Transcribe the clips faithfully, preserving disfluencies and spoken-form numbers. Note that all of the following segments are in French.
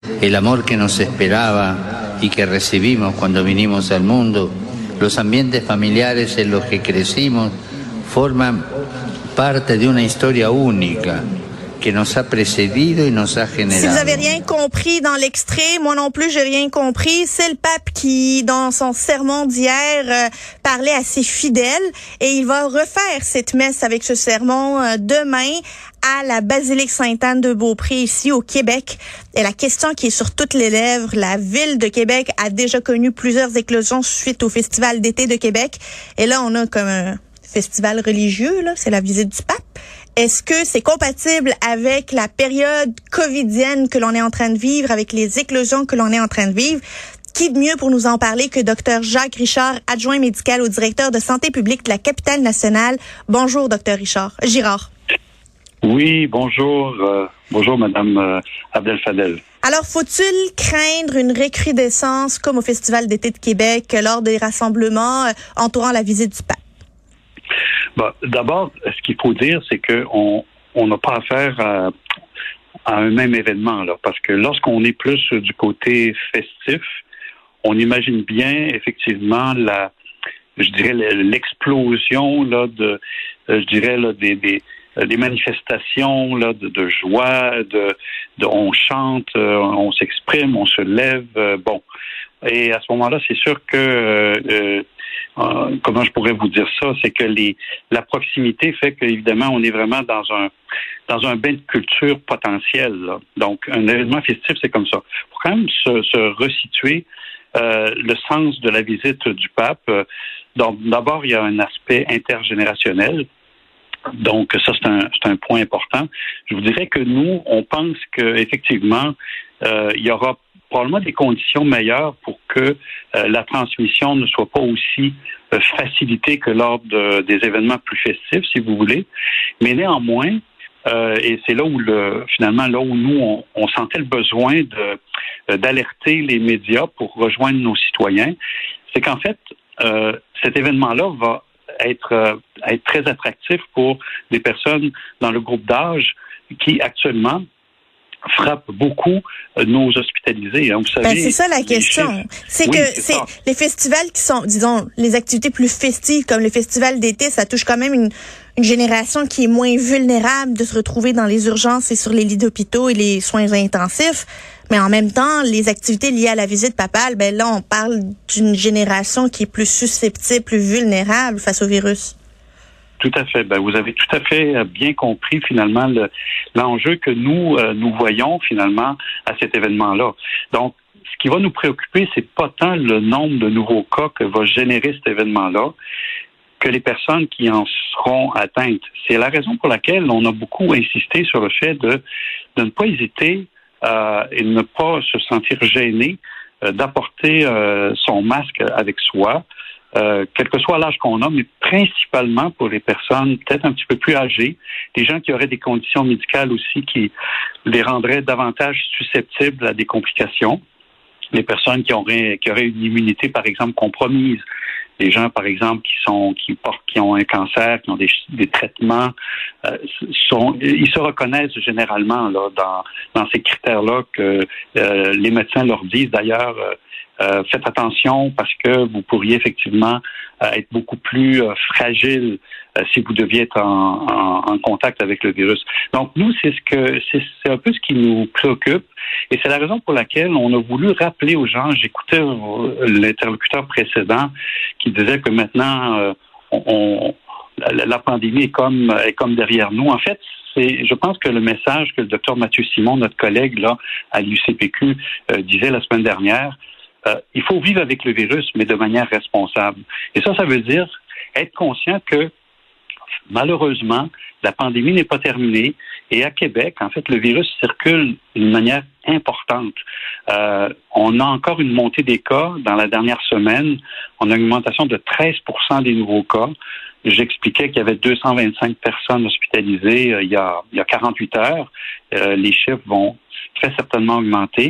el amor que nos esperaba y que recibimos cuando vinimos al mundo, los ambientes familiares en los que crecimos forman parte de una historia única que nos ha precedido y nos ha generado. Si vous avez rien compris dans l'extrait, moi non plus, j'ai rien compris. C'est le pape qui, dans son sermon d'hier, euh, parlait à ses fidèles et il va refaire cette messe avec ce sermon euh, demain à la basilique Sainte-Anne de Beaupré, ici au Québec. Et la question qui est sur toutes les lèvres, la ville de Québec a déjà connu plusieurs éclosions suite au Festival d'été de Québec. Et là, on a comme un festival religieux, là, c'est la visite du pape. Est-ce que c'est compatible avec la période covidienne que l'on est en train de vivre, avec les éclosions que l'on est en train de vivre? Qui de mieux pour nous en parler que Dr Jacques Richard, adjoint médical au directeur de santé publique de la capitale nationale? Bonjour, Dr Richard. Girard. Oui, bonjour. Euh, bonjour, Madame euh, Abdel-Fadel. Alors, faut-il craindre une recrudescence comme au Festival d'été de Québec lors des rassemblements euh, entourant la visite du pape? Bon, d'abord, ce qu'il faut dire, c'est qu'on on n'a pas affaire à, à un même événement, là, parce que lorsqu'on est plus du côté festif, on imagine bien effectivement la, je dirais l'explosion là de, je dirais là des, des des manifestations là de, de joie, de, de on chante, on s'exprime, on se lève, bon. Et à ce moment-là, c'est sûr que euh, euh, comment je pourrais vous dire ça, c'est que les la proximité fait qu'évidemment on est vraiment dans un dans un bain de culture potentiel. Là. Donc un événement festif, c'est comme ça. Pour quand même se, se resituer euh, le sens de la visite du pape. Euh, donc d'abord il y a un aspect intergénérationnel. Donc ça c'est un c'est un point important. Je vous dirais que nous on pense que effectivement euh, il y aura probablement des conditions meilleures pour que euh, la transmission ne soit pas aussi euh, facilitée que lors de, des événements plus festifs, si vous voulez. Mais néanmoins, euh, et c'est là où le finalement là où nous on, on sentait le besoin de euh, d'alerter les médias pour rejoindre nos citoyens, c'est qu'en fait euh, cet événement-là va être euh, être très attractif pour des personnes dans le groupe d'âge qui actuellement frappe beaucoup euh, nos hospitalisés. Hein. Vous savez, ben, c'est ça la question. Chiffres, c'est oui, que c'est, c'est les festivals qui sont, disons, les activités plus festives comme le festival d'été, ça touche quand même une, une génération qui est moins vulnérable de se retrouver dans les urgences et sur les lits d'hôpitaux et les soins intensifs. Mais en même temps, les activités liées à la visite papale, ben là, on parle d'une génération qui est plus susceptible, plus vulnérable face au virus. Tout à fait. Ben, vous avez tout à fait bien compris finalement le, l'enjeu que nous euh, nous voyons finalement à cet événement-là. Donc, ce qui va nous préoccuper, c'est pas tant le nombre de nouveaux cas que va générer cet événement-là, que les personnes qui en seront atteintes. C'est la raison pour laquelle on a beaucoup insisté sur le fait de, de ne pas hésiter euh, et de ne pas se sentir gêné euh, d'apporter euh, son masque avec soi. Euh, quel que soit l'âge qu'on a, mais principalement pour les personnes peut-être un petit peu plus âgées, des gens qui auraient des conditions médicales aussi qui les rendraient davantage susceptibles à des complications, les personnes qui auraient qui auraient une immunité par exemple compromise, les gens par exemple qui sont qui portent qui ont un cancer, qui ont des, des traitements, euh, sont ils se reconnaissent généralement là dans dans ces critères-là que euh, les médecins leur disent d'ailleurs. Euh, Euh, faites attention parce que vous pourriez effectivement euh, être beaucoup plus euh, fragile euh, si vous deviez être en, en, en contact avec le virus. Donc nous, c'est ce que c'est, c'est un peu ce qui nous préoccupe et c'est la raison pour laquelle on a voulu rappeler aux gens. J'écoutais euh, l'interlocuteur précédent qui disait que maintenant euh, on, on, la, la pandémie est comme est comme derrière nous. En fait, c'est, je pense que le message que le docteur Mathieu Simon, notre collègue là à l'U C P Q, euh, disait la semaine dernière. Euh, il faut vivre avec le virus, mais de manière responsable. Et ça, ça veut dire être conscient que, malheureusement, la pandémie n'est pas terminée. Et à Québec, en fait, le virus circule d'une manière importante. Euh, on a encore une montée des cas dans la dernière semaine. On a une augmentation de treize pour cent des nouveaux cas. J'expliquais qu'il y avait deux cent vingt-cinq personnes hospitalisées euh, il y a, il y a quarante-huit heures. Euh, les chiffres vont très certainement augmenter.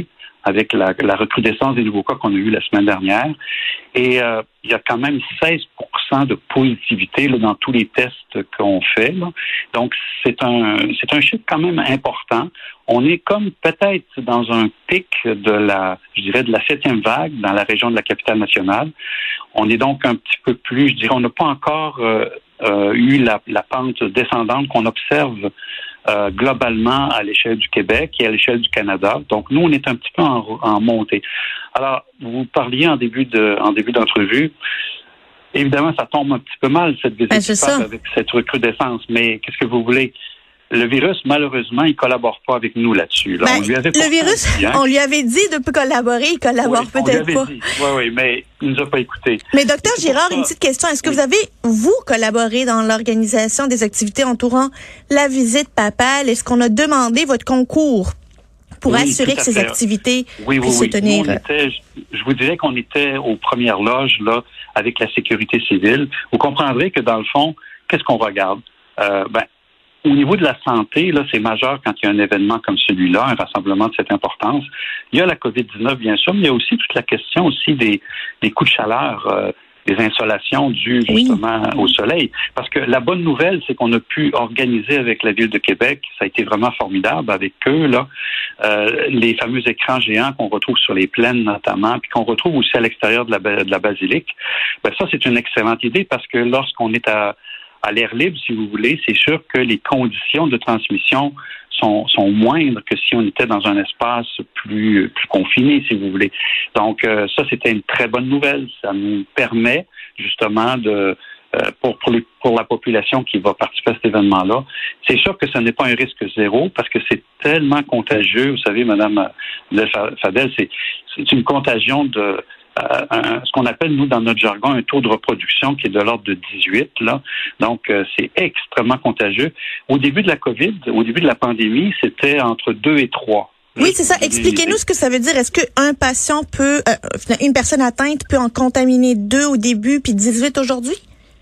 avec la, la recrudescence des nouveaux cas qu'on a eu la semaine dernière. Et euh, il y a quand même seize pour cent de positivité là, dans tous les tests qu'on fait. Là. Donc, c'est un c'est un chiffre quand même important. On est comme peut-être dans un pic de la, je dirais, de la septième vague dans la région de la capitale nationale. On est donc un petit peu plus, je dirais, on n'a pas encore euh, euh, eu la, la pente descendante qu'on observe euh, globalement à l'échelle du Québec et à l'échelle du Canada. Donc, nous, on est un petit peu en, en montée. Alors, vous parliez en début de, en début d'entrevue. Évidemment, ça tombe un petit peu mal, cette visite ben, avec cette recrudescence. Mais qu'est-ce que vous voulez? Le virus, malheureusement, il collabore pas avec nous là-dessus. Là. Ben, on lui avait le virus, dit, hein? on lui avait dit de collaborer, il collabore oui, peut-être pas. Oui, oui, mais il nous a pas écoutés. Mais docteur Girard, une petite question. Est-ce que oui. vous avez, vous, collaboré dans l'organisation des activités entourant la visite papale? Est-ce qu'on a demandé votre concours pour oui, assurer que ces fait. activités oui, puissent oui, se tenir? Nous, on était, je, je vous dirais qu'on était aux premières loges là avec la sécurité civile. Vous comprendrez que dans le fond, qu'est-ce qu'on regarde? Euh, ben, Au niveau de la santé, là, c'est majeur quand il y a un événement comme celui-là, un rassemblement de cette importance. Il y a la covid dix-neuf, bien sûr, mais il y a aussi toute la question aussi des, des coups de chaleur, euh, des insolations dues justement oui. au soleil. Parce que la bonne nouvelle, c'est qu'on a pu organiser avec la Ville de Québec, ça a été vraiment formidable avec eux, là, euh, les fameux écrans géants qu'on retrouve sur les plaines notamment, puis qu'on retrouve aussi à l'extérieur de la, de la basilique. Ben, ça, c'est une excellente idée parce que lorsqu'on est à à l'air libre, si vous voulez, c'est sûr que les conditions de transmission sont, sont moindres que si on était dans un espace plus, plus confiné, si vous voulez. Donc, euh, ça, c'était une très bonne nouvelle. Ça nous permet, justement, de euh, pour, pour, les, pour la population qui va participer à cet événement-là, c'est sûr que ce n'est pas un risque zéro parce que c'est tellement contagieux. Vous savez, Mme Fadel, c'est, c'est une contagion de Euh, un, ce qu'on appelle, nous, dans notre jargon, un taux de reproduction qui est de l'ordre de dix-huit, là. Donc, euh, c'est extrêmement contagieux. Au début de la COVID, au début de la pandémie, c'était entre deux et trois. Oui, c'est ça. Expliquez-nous ce que ça veut dire. Est-ce qu'un patient peut, euh, une personne atteinte peut en contaminer deux au début puis dix-huit aujourd'hui?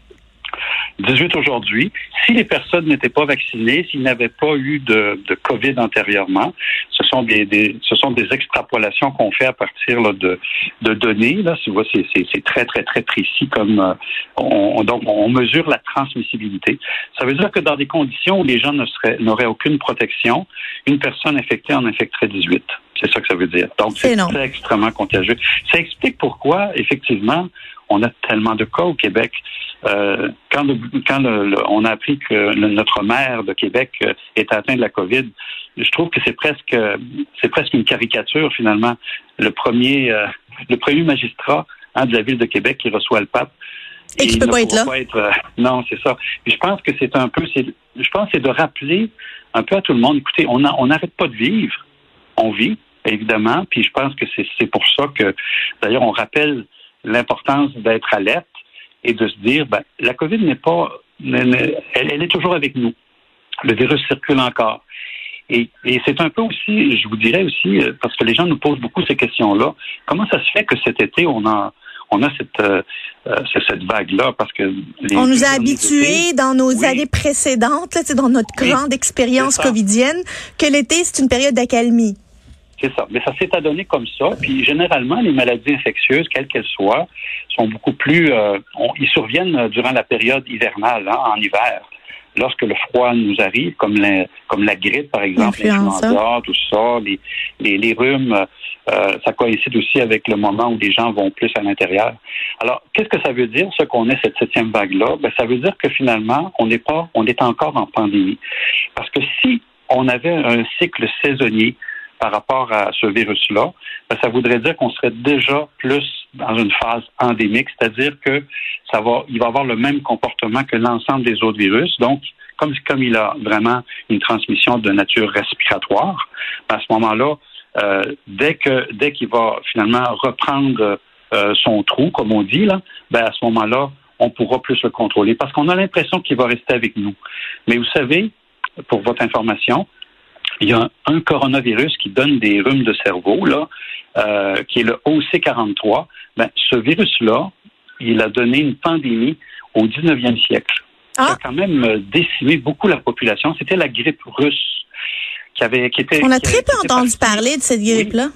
dix-huit aujourd'hui. Si les personnes n'étaient pas vaccinées, s'ils n'avaient pas eu de, de COVID antérieurement, ce sont des, des ce sont des extrapolations qu'on fait à partir là, de, de données. Là, tu vois, c'est, c'est, c'est très très très précis comme euh, on, donc on mesure la transmissibilité. Ça veut dire que dans des conditions où les gens ne seraient n'auraient aucune protection, une personne infectée en infecterait dix-huit. C'est ça que ça veut dire. Donc c'est, c'est très extrêmement contagieux. Ça explique pourquoi effectivement on a tellement de cas au Québec. Euh, quand le, quand le, le, on a appris que le, notre maire de Québec euh, est atteint de la COVID, je trouve que c'est presque c'est presque une caricature finalement. Le premier euh, le premier magistrat hein, de la ville de Québec qui reçoit le pape. Et, et qui peut pas être là. Pas être, euh, non, c'est ça. Puis je pense que c'est un peu, c'est, je pense que c'est de rappeler un peu à tout le monde. Écoutez, on a, on n'arrête pas de vivre, on vit évidemment. Puis je pense que c'est, c'est pour ça que d'ailleurs on rappelle l'importance d'être alerte et de se dire, ben, la COVID n'est pas, elle, elle est toujours avec nous. Le virus circule encore. Et, et c'est un peu aussi, je vous dirais aussi, parce que les gens nous posent beaucoup ces questions-là, comment ça se fait que cet été, on a, on a cette, euh, cette vague-là, parce que... Les on nous a habitués étés, dans nos oui. années précédentes, là, dans notre grande oui, expérience covidienne, que l'été, c'est une période d'accalmie. C'est ça. Mais ça s'est adonné comme ça. Puis généralement, les maladies infectieuses, quelles qu'elles soient, sont beaucoup plus... Euh, on, ils surviennent durant la période hivernale, hein, en hiver. Lorsque le froid nous arrive, comme la, comme la grippe, par exemple, l'influenza, tout ça, les, les, les rhumes, euh, ça coïncide aussi avec le moment où les gens vont plus à l'intérieur. Alors, qu'est-ce que ça veut dire, ce qu'on est cette septième vague-là? Ben, ça veut dire que finalement, on n'est pas, on est encore en pandémie. Parce que si on avait un cycle saisonnier par rapport à ce virus-là, ben, ça voudrait dire qu'on serait déjà plus dans une phase endémique, c'est-à-dire que ça va, il va avoir le même comportement que l'ensemble des autres virus. Donc, comme, comme il a vraiment une transmission de nature respiratoire, ben, à ce moment-là, euh, dès que dès qu'il va finalement reprendre euh, son trou, comme on dit, là, ben, à ce moment-là, on pourra plus le contrôler parce qu'on a l'impression qu'il va rester avec nous. Mais vous savez, pour votre information, il y a un, un coronavirus qui donne des rhumes de cerveau, là, euh, qui est le O C quarante-trois. Ben, ce virus-là, il a donné une pandémie au dix-neuvième siècle. Ah. Qui a quand même décimé beaucoup la population. C'était la grippe russe qui avait, qui était. On a qui très avait, peu entendu partie. parler de cette grippe-là.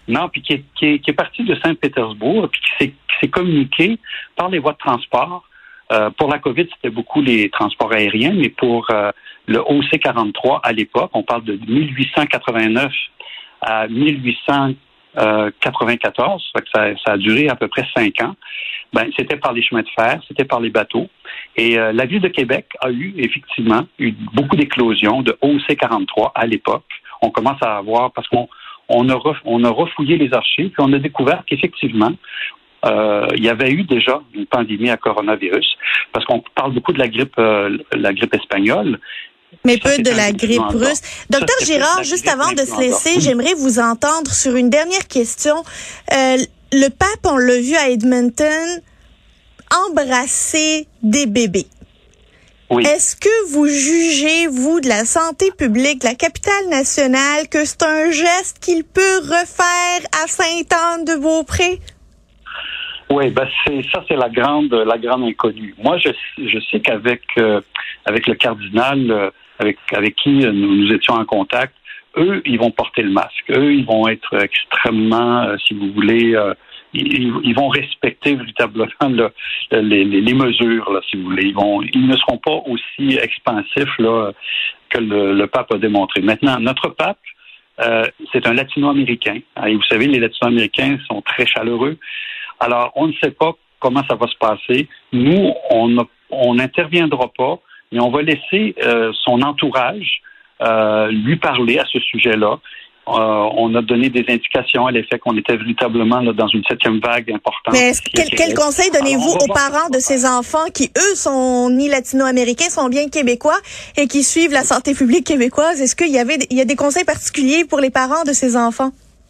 Non, puis qui est, qui est, qui est parti de Saint-Pétersbourg, puis qui s'est, qui s'est communiqué par les voies de transport. Euh, pour la COVID, c'était beaucoup les transports aériens, mais pour euh, le O C quarante-trois à l'époque, on parle de dix-huit cent quatre-vingt-neuf à dix-huit cent quatre-vingt-quatorze, ça, fait que ça, ça a duré à peu près cinq ans. Ben, c'était par les chemins de fer, c'était par les bateaux. Et euh, la Ville de Québec a eu, effectivement, eu beaucoup d'éclosions de O C quarante-trois à l'époque. On commence à avoir, parce qu'on on a, ref, on a refouillé les archives, puis on a découvert qu'effectivement, euh, il y avait eu déjà une pandémie à coronavirus, parce qu'on parle beaucoup de la grippe, euh, la grippe espagnole. Mais peu de la grippe russe. Docteur Girard, juste avant de se laisser, j'aimerais vous entendre sur une dernière question. Euh, le pape, on l'a vu à Edmonton, embrasser des bébés. Oui. Est-ce que vous jugez, vous, de la santé publique, de la capitale nationale, que c'est un geste qu'il peut refaire à Sainte-Anne-de-Beaupré? Oui, ben c'est ça, c'est la grande, la grande inconnue. Moi, je, je sais qu'avec euh, avec le cardinal, euh, avec avec qui nous, nous étions en contact, eux, ils vont porter le masque. Eux, ils vont être extrêmement, euh, si vous voulez, euh, ils, ils vont respecter véritablement là, les, les, les mesures, là, si vous voulez. Ils vont, ils ne seront pas aussi expansifs là que le, le pape a démontré. Maintenant, notre pape, euh, c'est un latino-américain. Et vous savez, les latino-américains sont très chaleureux. Alors, on ne sait pas comment ça va se passer. Nous, on n'interviendra pas, mais on va laisser euh, son entourage euh, lui parler à ce sujet-là. Euh, on a donné des indications à l'effet qu'on était véritablement là, dans une septième vague importante. Mais quel, quel conseil donnez-vous aux parents de ces enfants qui, eux, sont ni latino-américains, sont bien québécois et qui suivent la santé publique québécoise? Est-ce qu'il y avait, il y a des conseils particuliers pour les parents de ces enfants?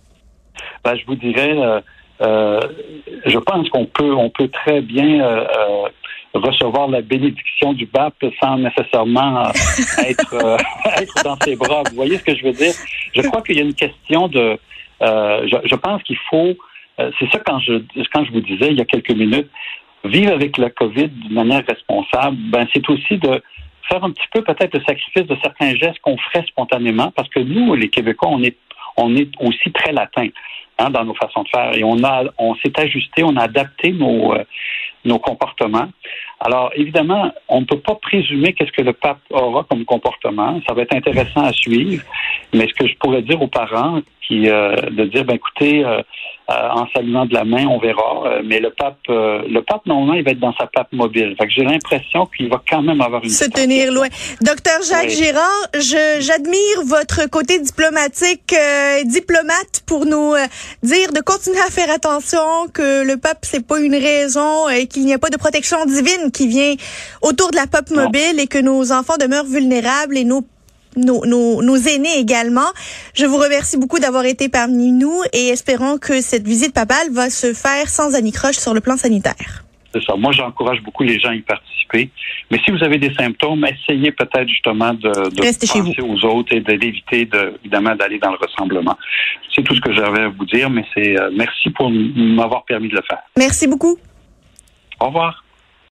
Ben, je vous dirais... Euh, Euh, je pense qu'on peut, on peut très bien euh, euh, recevoir la bénédiction du pape sans nécessairement euh, être, euh, être dans ses bras. Vous voyez ce que je veux dire? Je crois qu'il y a une question de. Euh, je, je pense qu'il faut. Euh, c'est ça quand je quand je vous disais il y a quelques minutes, vivre avec la COVID d'une manière responsable. Ben c'est aussi de faire un petit peu peut-être le sacrifice de certains gestes qu'on ferait spontanément, parce que nous, les Québécois, on est on est aussi très latins. Hein, dans nos façons de faire. Et on a, on s'est ajusté, on a adapté nos, euh, nos comportements. Alors, évidemment, on ne peut pas présumer qu'est-ce que le pape aura comme comportement. Ça va être intéressant à suivre. Mais ce que je pourrais dire aux parents, qui, euh, de dire, ben écoutez, euh, euh, en saluant de la main, on verra. Euh, mais le pape, euh, le pape, normalement, il va être dans sa pape mobile. Fait que j'ai l'impression qu'il va quand même avoir une... Se tenir loin. Docteur Jacques oui. Girard, je, j'admire votre côté diplomatique, euh, diplomate pour nous euh, dire de continuer à faire attention, que le pape, c'est pas une raison, et euh, qu'il n'y a pas de protection divine qui vient autour de la pape mobile, et que nos enfants demeurent vulnérables et nos Nos, nos, nos aînés également. Je vous remercie beaucoup d'avoir été parmi nous et espérons que cette visite papale va se faire sans anicroche sur le plan sanitaire. C'est ça. Moi, j'encourage beaucoup les gens à y participer. Mais si vous avez des symptômes, essayez peut-être justement de, de penser aux autres et d'éviter, de, évidemment, d'aller dans le rassemblement. C'est tout ce que j'avais à vous dire, mais c'est euh, merci pour m'avoir permis de le faire. Merci beaucoup. Au revoir.